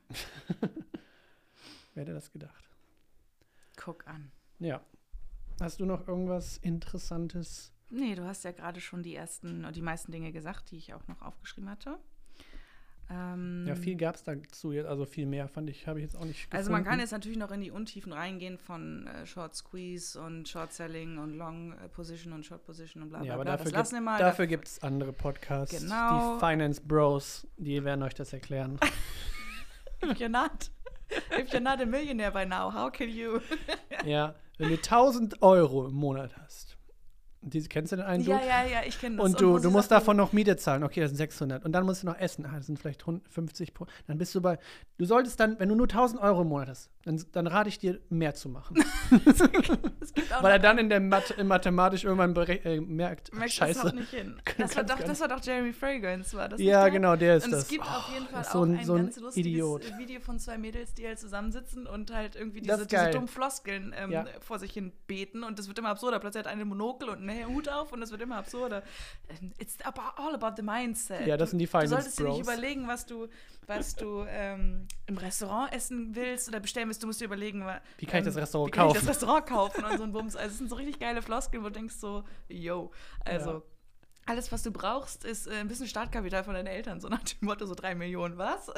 Wer hätte das gedacht? Guck an. Ja. Hast du noch irgendwas Interessantes? Nee, du hast ja gerade schon die ersten, die meisten Dinge gesagt, die ich auch noch aufgeschrieben hatte. Ähm, Ja, viel gab es dazu jetzt, also viel mehr fand ich, habe ich jetzt auch nicht gefunden. Also man kann jetzt natürlich noch in die Untiefen reingehen von äh, Short Squeeze und Short Selling und Long äh, Position und Short Position und bla bla Ja, aber bla. dafür, Das gibt, lassen wir mal. dafür Daf- gibt es andere Podcasts. Genau. Die Finance Bros, die werden euch das erklären. If you're not, if you're not a millionaire by now, how can you? Ja, wenn du tausend Euro im Monat hast, die, kennst du den einen Ja, Dude? ja, ja, ich kenne das. Und du, wo du sie musst sagt, davon noch Miete zahlen. Okay, das sind sechshundert. Und dann musst du noch essen. Ah, das sind vielleicht hundertfünfzig pro. Dann bist du bei. Du solltest dann, wenn du nur tausend Euro im Monat hast, dann, dann rate ich dir, mehr zu machen. Es gibt auch Weil er noch- dann in der Math in Mathematisch irgendwann berech- äh, merkt, ach, Merkst, das scheiße. haut nicht hin. Du Das war, kannst doch, gar das war doch Jeremy Fragrance, war das nicht Ja, der? genau, der ist Und das. es gibt Oh, auf jeden Fall ist auch so ein, ein so ein ganz lustiges Idiot. Video von zwei Mädels, die halt zusammensitzen und halt irgendwie Das diese, ist diese geil. dummen Floskeln ähm, Ja. vor sich hin beten und das wird immer absurder. Plötzlich hat eine Monokel und einen Hut auf und es wird immer absurder. Ähm, It's about, all about the mindset. Ja, das sind die Du Finance solltest dir nicht Bros. überlegen, was du, was du ähm, im Restaurant essen willst oder bestellen willst. Du musst dir überlegen, wa- Wie kann ich ähm, das Restaurant wie kann ich kaufen? das Restaurant kaufen und so ein Bums. Also es sind so richtig geile Floskeln, wo du denkst so, yo, also Ja. alles, was du brauchst, ist äh, ein bisschen Startkapital von deinen Eltern, so nach dem Motto, so drei Millionen, was?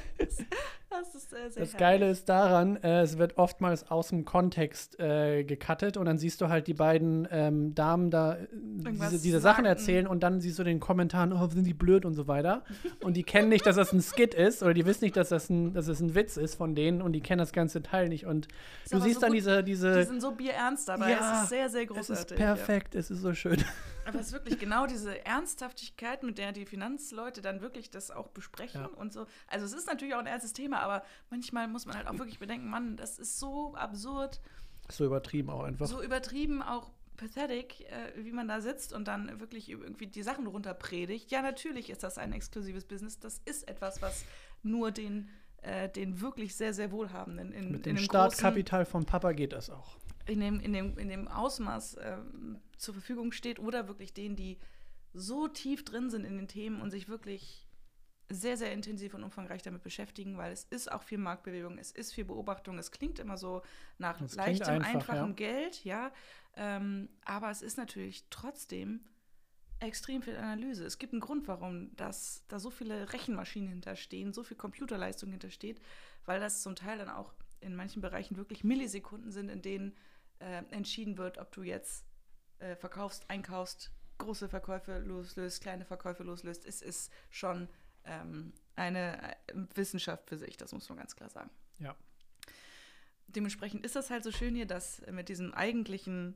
das ist äh, sehr Das herrlich. Geile ist daran, äh, es wird oftmals aus dem Kontext äh, gecuttet und dann siehst du halt die beiden ähm, Damen da äh, Irgendwas diese, diese Sachen sagen. erzählen und dann siehst du den Kommentaren, oh, sind die blöd und so weiter. Und die kennen nicht, dass das ein Skit ist oder die wissen nicht, dass das ein, dass das ein Witz ist von denen und die kennen das ganze Teil nicht. Und Ist du aber siehst so dann gut. diese, Die diese sind so bierernst dabei, Ja, es ist sehr, sehr es großartig. ist perfekt, es ist so schön. Ja. Aber es ist wirklich genau diese Ernsthaftigkeit, mit der die Finanzleute dann wirklich das auch besprechen Ja. und so. Also es ist natürlich auch ein ernstes Thema, aber manchmal muss man halt auch wirklich bedenken, Mann, das ist so absurd, So übertrieben auch einfach. so übertrieben, auch pathetic, äh, wie man da sitzt und dann wirklich irgendwie die Sachen runterpredigt. Ja, natürlich ist das ein exklusives Business. Das ist etwas, was nur den, äh, den wirklich sehr, sehr Wohlhabenden in, Mit in dem dem Startkapital vom Papa geht das auch. großen, in dem, in dem, in dem Ausmaß ähm, zur Verfügung steht oder wirklich denen, die so tief drin sind in den Themen und sich wirklich sehr, sehr intensiv und umfangreich damit beschäftigen, weil es ist auch viel Marktbewegung, es ist viel Beobachtung, es klingt immer so nach Es klingt leichtem, einfach, einfachem ja. Geld, ja, ähm, aber es ist natürlich trotzdem extrem viel Analyse. Es gibt einen Grund, warum das, da so viele Rechenmaschinen hinterstehen, so viel Computerleistung hintersteht, weil das zum Teil dann auch in manchen Bereichen wirklich Millisekunden sind, in denen äh, entschieden wird, ob du jetzt äh, verkaufst, einkaufst, große Verkäufe loslöst, kleine Verkäufe loslöst. Es ist schon ähm, eine Wissenschaft für sich, das muss man ganz klar sagen. Ja. Dementsprechend ist das halt so schön hier, dass mit diesem eigentlichen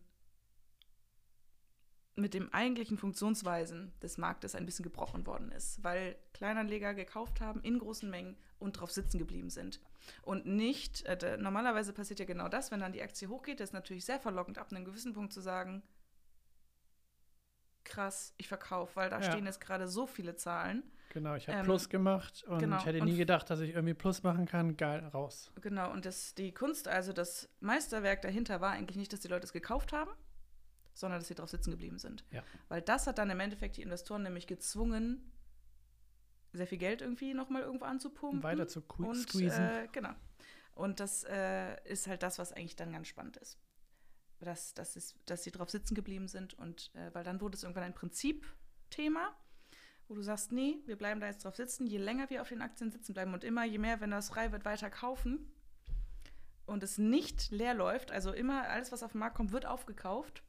mit dem eigentlichen Funktionsweisen des Marktes ein bisschen gebrochen worden ist, weil Kleinanleger gekauft haben in großen Mengen und drauf sitzen geblieben sind. Und nicht, äh, normalerweise passiert ja genau das, wenn dann die Aktie hochgeht, ist natürlich sehr verlockend, ab einem gewissen Punkt zu sagen, krass, ich verkaufe, weil da ja. stehen jetzt gerade so viele Zahlen. Genau, ich habe ähm, Plus gemacht und genau. ich hätte und nie gedacht, dass ich irgendwie Plus machen kann. Geil, raus. Genau, und das, die Kunst, also das Meisterwerk dahinter war eigentlich nicht, dass die Leute es gekauft haben, sondern dass sie drauf sitzen geblieben sind. Ja. Weil das hat dann im Endeffekt die Investoren nämlich gezwungen, sehr viel Geld irgendwie nochmal irgendwo anzupumpen. Weiter zu que- und, squeezen. Äh, genau. Und das äh, ist halt das, was eigentlich dann ganz spannend ist. Dass, dass, ist, dass sie drauf sitzen geblieben sind. Und äh, weil dann wurde es irgendwann ein Prinzipthema, wo du sagst, nee, wir bleiben da jetzt drauf sitzen. Je länger wir auf den Aktien sitzen bleiben und immer, je mehr, wenn das frei wird, weiter kaufen und es nicht leer läuft, also immer alles, was auf den Markt kommt, wird aufgekauft,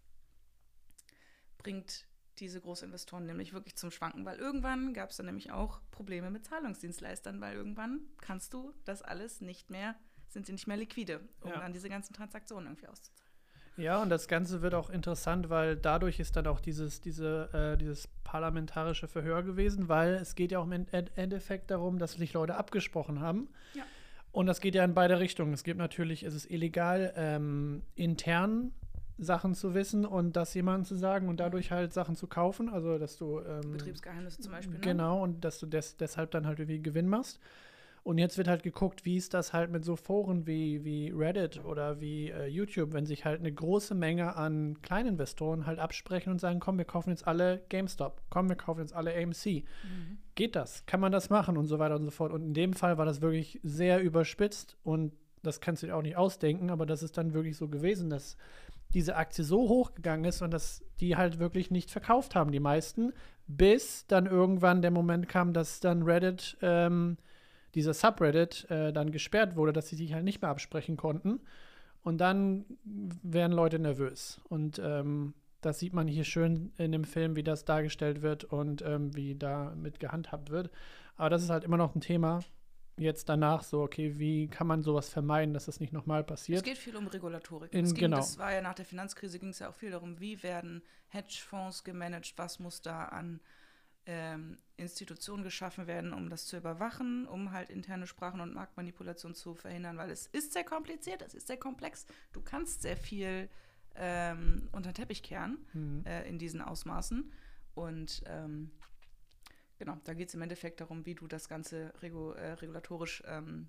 bringt diese Großinvestoren nämlich wirklich zum Schwanken, weil irgendwann gab es dann nämlich auch Probleme mit Zahlungsdienstleistern, weil irgendwann kannst du das alles nicht mehr, sind sie nicht mehr liquide, um Ja. dann diese ganzen Transaktionen irgendwie auszuzahlen. Ja, und das Ganze wird auch interessant, weil dadurch ist dann auch dieses, diese, äh, dieses parlamentarische Verhör gewesen, weil es geht ja auch im End- Endeffekt darum, dass sich Leute abgesprochen haben. Ja. Und das geht ja in beide Richtungen. Es gibt natürlich, es ist illegal, ähm, intern Sachen zu wissen und das jemandem zu sagen und dadurch halt Sachen zu kaufen. Also, dass du ähm, Betriebsgeheimnisse zum Beispiel, ne? Genau, und dass du des, deshalb dann halt irgendwie Gewinn machst. Und jetzt wird halt geguckt, wie ist das halt mit so Foren wie, wie Reddit oder wie äh, YouTube, wenn sich halt eine große Menge an Kleininvestoren halt absprechen und sagen, komm, wir kaufen jetzt alle GameStop, komm, wir kaufen jetzt alle A M C. Mhm. Geht das? Kann man das machen und so weiter und so fort. Und in dem Fall war das wirklich sehr überspitzt und das kannst du dir auch nicht ausdenken, aber das ist dann wirklich so gewesen, dass diese Aktie so hoch gegangen ist und dass die halt wirklich nicht verkauft haben, die meisten, bis dann irgendwann der Moment kam, dass dann Reddit ähm, dieser Subreddit äh, dann gesperrt wurde, dass sie sich halt nicht mehr absprechen konnten. Und dann werden Leute nervös. Und ähm, das sieht man hier schön in dem Film, wie das dargestellt wird und ähm, wie damit gehandhabt wird. Aber das ist halt immer noch ein Thema. Jetzt danach so, okay, wie kann man sowas vermeiden, dass das nicht nochmal passiert? Es geht viel um Regulatorik. In, es ging, genau. Das war ja nach der Finanzkrise, ging es ja auch viel darum, wie werden Hedgefonds gemanagt, was muss da an ähm, Institutionen geschaffen werden, um das zu überwachen, um halt interne Sprachen- und Marktmanipulation zu verhindern, weil es ist sehr kompliziert, es ist sehr komplex. Du kannst sehr viel ähm, unter den Teppich kehren Mhm. äh, in diesen Ausmaßen. Und ähm, genau, da geht es im Endeffekt darum, wie du das Ganze regu äh, regulatorisch ähm,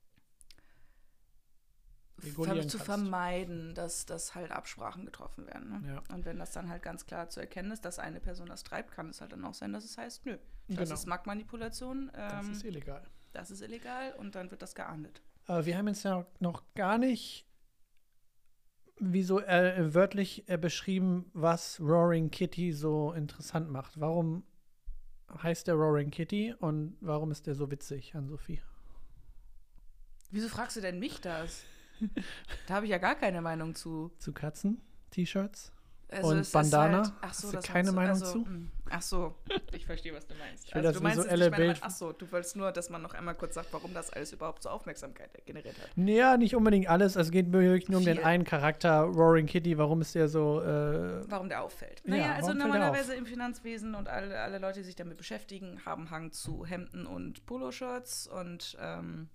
Regulieren ver zu kannst. vermeiden, dass, dass halt Absprachen getroffen werden. Ne? Ja. Und wenn das dann halt ganz klar zu erkennen ist, dass eine Person das treibt, kann es halt dann auch sein, dass es heißt, nö, das Genau. ist Marktmanipulation, ähm, Das ist illegal. das ist illegal und dann wird das geahndet. Aber wir haben jetzt ja noch gar nicht visuell äh, wörtlich äh, beschrieben, was Roaring Kitty so interessant macht. Warum heißt der Roaring Kitty und warum ist der so witzig, Ann-Sophie? Wieso fragst du denn mich das? Da habe ich ja gar keine Meinung zu. Zu Katzen, T-Shirts Also und es ist Bandana? Halt, ach so, Hast du das keine meinst Meinung also, zu? mh, Ach so, ich verstehe, was du meinst. Ich will also, das du meinst visuelle jetzt nicht meine Bild- Meinung- Ach so, du wolltest nur, dass man noch einmal kurz sagt, warum das alles überhaupt so Aufmerksamkeit generiert hat. Ja, nicht unbedingt alles. Es geht wirklich nur um den Viel. einen Charakter, Roaring Kitty. Warum ist der so äh, Warum der auffällt. Ja, Naja, also warum fällt der normalerweise im Finanzwesen und alle, alle Leute, die sich damit beschäftigen, haben Hang zu Hemden und Poloshirts und ähm,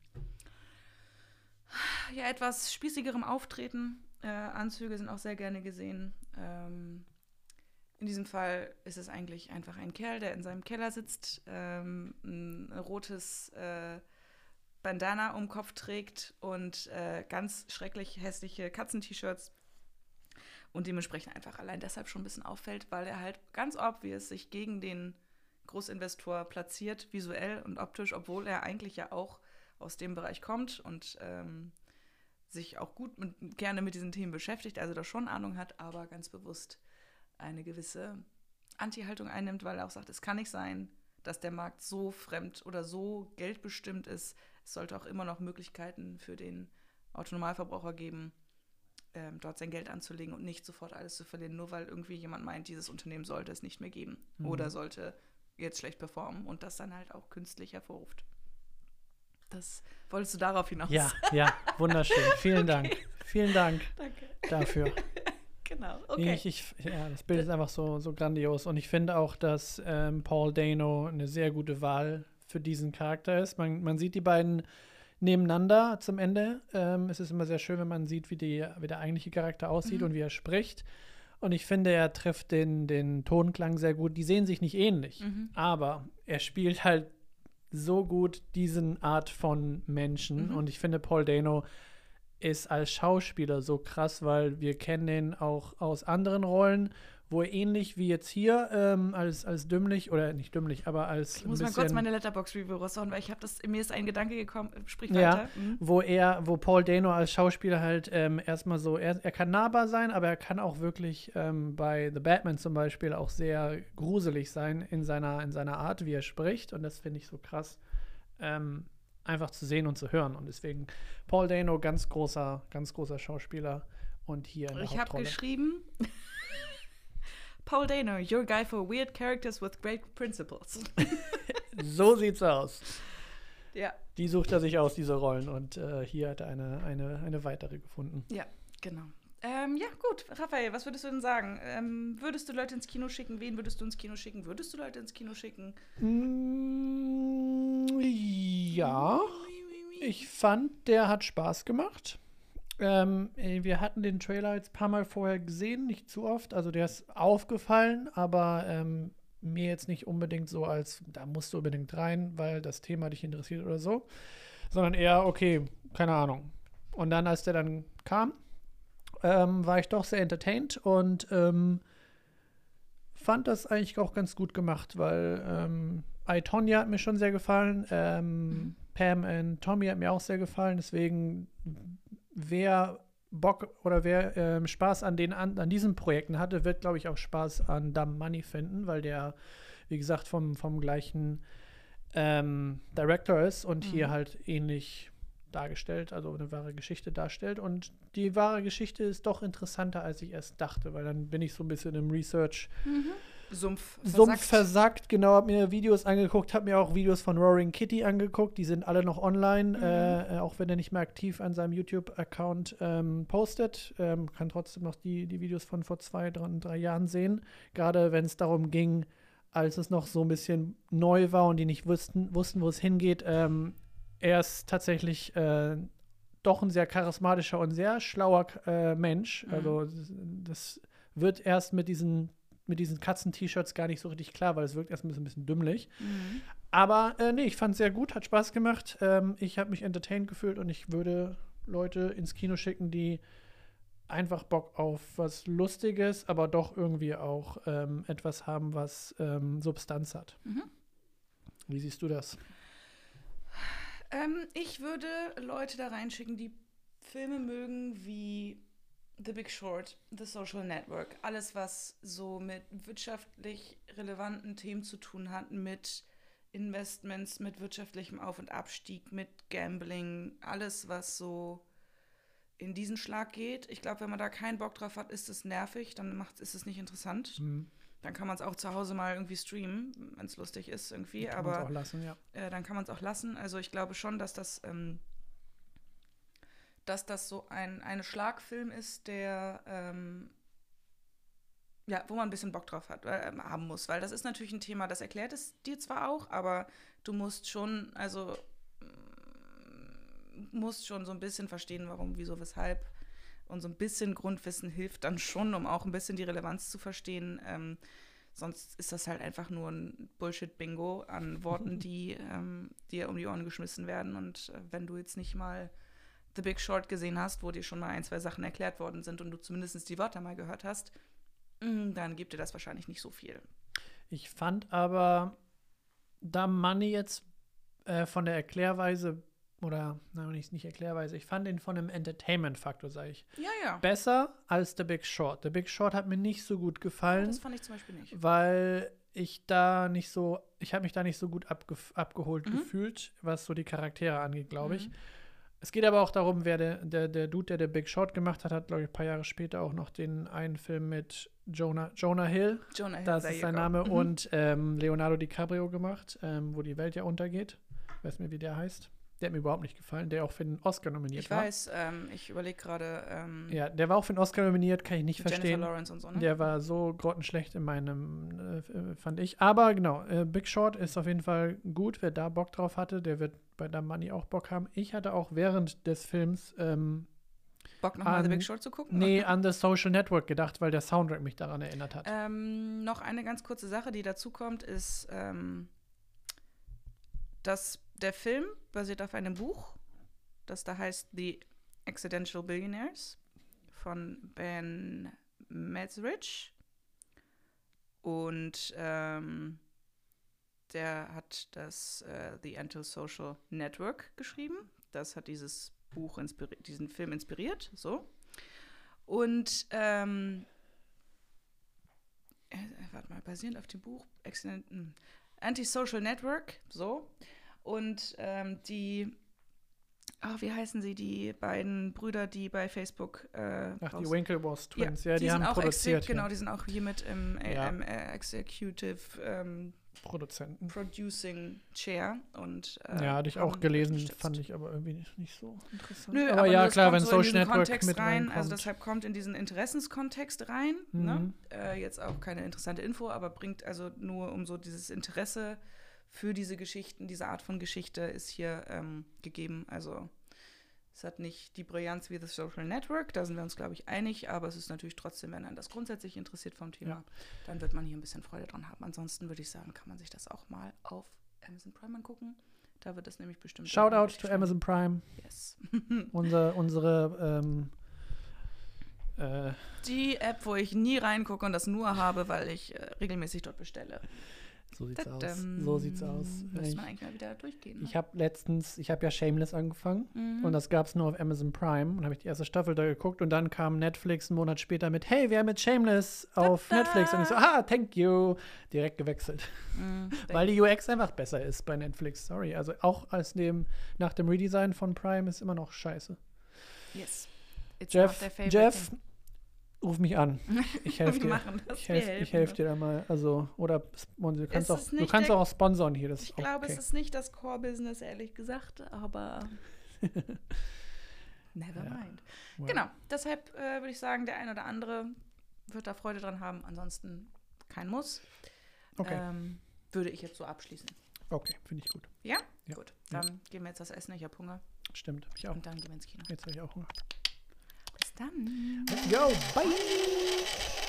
ja, etwas spießigerem Auftreten. Äh, Anzüge sind auch sehr gerne gesehen. Ähm, in diesem Fall ist es eigentlich einfach ein Kerl, der in seinem Keller sitzt, ähm, ein rotes äh, Bandana um den Kopf trägt und äh, ganz schrecklich hässliche Katzen-T-Shirts und dementsprechend einfach allein deshalb schon ein bisschen auffällt, weil er halt ganz obvious sich gegen den Großinvestor platziert, visuell und optisch, obwohl er eigentlich ja auch aus dem Bereich kommt und ähm, sich auch gut mit, gerne mit diesen Themen beschäftigt, also da schon Ahnung hat, aber ganz bewusst eine gewisse Anti-Haltung einnimmt, weil er auch sagt, es kann nicht sein, dass der Markt so fremd oder so geldbestimmt ist. Es sollte auch immer noch Möglichkeiten für den Autonormalverbraucher geben, ähm, dort sein Geld anzulegen und nicht sofort alles zu verlieren, nur weil irgendwie jemand meint, dieses Unternehmen sollte es nicht mehr geben mhm. oder sollte jetzt schlecht performen und das dann halt auch künstlich hervorruft. Das wolltest du darauf hinaus? Ja, ja, wunderschön. Vielen Okay. Dank. Vielen Dank Danke. dafür. Genau, okay. Ich, ich, ja, das Bild ist einfach so, so grandios. Und ich finde auch, dass ähm, Paul Dano eine sehr gute Wahl für diesen Charakter ist. Man, man sieht die beiden nebeneinander zum Ende. Ähm, es ist immer sehr schön, wenn man sieht, wie, die, wie der eigentliche Charakter aussieht Mhm. und wie er spricht. Und ich finde, er trifft den, den Tonklang sehr gut. Die sehen sich nicht ähnlich, Mhm. aber er spielt halt so gut diesen Art von Menschen. Mhm. Und ich finde, Paul Dano ist als Schauspieler so krass, weil wir kennen den auch aus anderen Rollen, wo er ähnlich wie jetzt hier ähm, als, als dümmlich, oder nicht dümmlich, aber als Ich muss ein mal bisschen, kurz meine Letterboxd-Review raushauen, weil ich habe das, mir ist ein Gedanke gekommen, sprich Ja. weiter. Mhm. wo er, wo Paul Dano als Schauspieler halt ähm, erstmal so, er, er kann nahbar sein, aber er kann auch wirklich ähm, bei The Batman zum Beispiel auch sehr gruselig sein in seiner, in seiner Art, wie er spricht. Und das finde ich so krass, ähm, einfach zu sehen und zu hören. Und deswegen Paul Dano, ganz großer, ganz großer Schauspieler und hier in der Ich habe Hauptrolle. geschrieben, Paul Dano, your guy for weird characters with great principles. So sieht's aus. Ja, Die sucht er sich aus, diese Rollen. Und äh, hier hat er eine, eine, eine weitere gefunden. ja, genau. Ähm, ja, gut. Raphael, was würdest du denn sagen? Ähm, würdest du Leute ins Kino schicken? Wen würdest du ins Kino schicken? Würdest du Leute ins Kino schicken? Mm, ja. Ich fand, der hat Spaß gemacht. Ähm, äh, wir hatten den Trailer jetzt ein paar Mal vorher gesehen, nicht zu oft. Also der ist aufgefallen, aber ähm, mir jetzt nicht unbedingt so als, da musst du unbedingt rein, weil das Thema dich interessiert oder so. Sondern eher, okay, keine Ahnung. Und dann, als der dann kam, ähm, war ich doch sehr entertained und ähm, fand das eigentlich auch ganz gut gemacht, weil ähm, I, Tonya hat mir schon sehr gefallen. Ähm, Mhm. Pam und Tommy hat mir auch sehr gefallen. Deswegen, wer Bock oder wer ähm, Spaß an, den, an, an diesen Projekten hatte, wird, glaube ich, auch Spaß an Dumb Money finden, weil der, wie gesagt, vom, vom gleichen ähm, Director ist und Mhm. hier halt ähnlich dargestellt, also eine wahre Geschichte darstellt. Und die wahre Geschichte ist doch interessanter, als ich erst dachte, weil dann bin ich so ein bisschen im Research Sumpf Sumpf versackt, genau, hab mir Videos angeguckt, hab mir auch Videos von Roaring Kitty angeguckt, die sind alle noch online, Mhm. äh, auch wenn er nicht mehr aktiv an seinem YouTube-Account ähm, postet, ähm, kann trotzdem noch die, die Videos von vor zwei, drei, drei Jahren sehen, gerade wenn es darum ging, als es noch so ein bisschen neu war und die nicht wussten, wussten wo es hingeht. Ähm, er ist tatsächlich äh, doch ein sehr charismatischer und sehr schlauer äh, Mensch, Mhm. also das, das wird erst mit diesen mit diesen Katzen-T-Shirts gar nicht so richtig klar, weil es wirkt erst ein bisschen, ein bisschen dümmlich. Mhm. Aber äh, nee, ich fand es sehr gut, hat Spaß gemacht. Ähm, ich habe mich entertained gefühlt und ich würde Leute ins Kino schicken, die einfach Bock auf was Lustiges, aber doch irgendwie auch ähm, etwas haben, was ähm, Substanz hat. Mhm. Wie siehst du das? Ähm, ich würde Leute da reinschicken, die Filme mögen wie The Big Short, The Social Network, alles, was so mit wirtschaftlich relevanten Themen zu tun hat, mit Investments, mit wirtschaftlichem Auf- und Abstieg, mit Gambling, alles, was so in diesen Schlag geht. Ich glaube, wenn man da keinen Bock drauf hat, ist es nervig, dann macht, ist es nicht interessant. Hm. Dann kann man es auch zu Hause mal irgendwie streamen, wenn es lustig ist irgendwie. Kann man's Aber auch lassen, ja. äh, dann kann man es auch lassen. Also ich glaube schon, dass das, ähm, dass das so ein eine Schlagfilm ist, der ähm, ja, wo man ein bisschen Bock drauf hat, äh, haben muss. Weil das ist natürlich ein Thema, das erklärt es dir zwar auch, aber du musst schon, also mm, musst schon so ein bisschen verstehen, warum, wieso, weshalb. Und so ein bisschen Grundwissen hilft dann schon, um auch ein bisschen die Relevanz zu verstehen. Ähm, sonst ist das halt einfach nur ein Bullshit-Bingo an Worten, die ähm, dir um die Ohren geschmissen werden. Und äh, wenn du jetzt nicht mal The Big Short gesehen hast, wo dir schon mal ein, zwei Sachen erklärt worden sind und du zumindest die Wörter mal gehört hast, mh, dann gibt dir das wahrscheinlich nicht so viel. Ich fand aber Dumb Money jetzt äh, von der Erklärweise oder, na, nicht, nicht Erklärweise, ich fand ihn von einem Entertainment-Faktor, sage ich, Ja, ja. besser als The Big Short. The Big Short hat mir nicht so gut gefallen. Das fand ich zum Beispiel nicht. Weil ich da nicht so, ich habe mich da nicht so gut abge abgeholt Mhm. gefühlt, was so die Charaktere angeht, glaube ich. Mhm. Es geht aber auch darum, wer der, der, der Dude, der The Big Short gemacht hat, hat, glaube ich, ein paar Jahre später auch noch den einen Film mit Jonah, Jonah Hill, Jonah Hill, das there ist you sein go. Name, Mhm. und ähm, Leonardo DiCaprio gemacht, ähm, wo die Welt ja untergeht. Ich weiß nicht, wie der heißt. Der hat mir überhaupt nicht gefallen, der auch für den Oscar nominiert Ich war. weiß, ähm, ich überlege gerade ähm, Ja, der war auch für den Oscar nominiert, kann ich nicht Jennifer verstehen. Lawrence und so, ne? Der war so grottenschlecht in meinem, äh, fand ich. Aber genau, äh, Big Short ist auf jeden Fall gut. Wer da Bock drauf hatte, der wird bei Da Money auch Bock haben. Ich hatte auch während des Films ähm, Bock nochmal an- The Big Short zu gucken? nee, an The Social Network gedacht, weil der Soundtrack mich daran erinnert hat. Ähm, noch eine ganz kurze Sache, die dazu kommt, ist, ähm, dass der Film basiert auf einem Buch, das da heißt The Accidental Billionaires von Ben Mezrich. Und ähm, der hat das äh, The Antisocial Network geschrieben. Das hat dieses Buch, inspiri- diesen Film inspiriert. So. Und ähm, äh, warte mal, basierend auf dem Buch Accident, hm, Antisocial Network, so. Und ähm, die, ach, wie heißen sie, die beiden Brüder, die bei Facebook äh, Ach, die raus- Winklevoss Twins, ja, ja, die, sind haben auch produziert. exec- genau, ja. die sind auch hier mit im äh, Ja. ähm, äh, Executive ähm, Produzenten. Producing Chair. Und, äh, Ja, hatte ich auch haben gelesen, unterstützt. fand ich aber irgendwie nicht, nicht so interessant. Nö, aber, aber, ja, nur, es klar, kommt wenn so in Social diesen Network Kontext mit rein, reinkommt. also deshalb kommt in diesen Interessenskontext rein. Mhm. Ne? Äh, jetzt auch keine interessante Info, aber bringt also nur um so dieses Interesse für diese Geschichten, diese Art von Geschichte ist hier ähm, gegeben. Also es hat nicht die Brillanz wie The Social Network, da sind wir uns, glaube ich, einig, aber es ist natürlich trotzdem, wenn einen das grundsätzlich interessiert vom Thema, Ja. dann wird man hier ein bisschen Freude dran haben. Ansonsten würde ich sagen, kann man sich das auch mal auf Amazon Prime angucken. Da wird das nämlich bestimmt. Shoutout irgendwie to schön. Amazon Prime. Yes. Unser, unsere ähm, äh, Die App, wo ich nie reingucke und das nur habe, weil ich äh, regelmäßig dort bestelle. so sieht's aus. Tadam. So sieht's aus. Müsste Ich, man eigentlich mal wieder durchgehen. Ne? ich habe letztens, ich habe ja Shameless angefangen Mhm. und das gab es nur auf Amazon Prime und habe ich die erste Staffel da geguckt und dann kam Netflix einen Monat später mit, hey, wir haben jetzt Shameless auf Tada! Netflix und ich so, ah, thank you, direkt gewechselt. Mhm. Weil die U X einfach besser ist bei Netflix, sorry. Also auch als dem, nach dem Redesign von Prime ist immer noch scheiße. Yes. It's not Jeff, their favorite Jeff, thing. ruf mich an. Ich helfe Wir dir. machen das, Ich wir helfe helfen ich helf das. dir da mal. Also, oder spon- du kannst, Es auch, ist du nicht kannst der- auch sponsoren hier. Das Ich ist auch glaube, okay. es ist nicht das Core-Business, ehrlich gesagt, aber never Ja. mind. Well, Genau, deshalb äh, würde ich sagen, der ein oder andere wird da Freude dran haben, ansonsten kein Muss. Okay, Ähm, würde ich jetzt so abschließen. okay, finde ich gut. Ja? Ja. Gut, dann gehen wir jetzt das Essen, ich habe Hunger. Stimmt, hab ich auch. Und dann gehen wir ins Kino. Jetzt habe ich auch Hunger. Bis dann. Let's go, bye!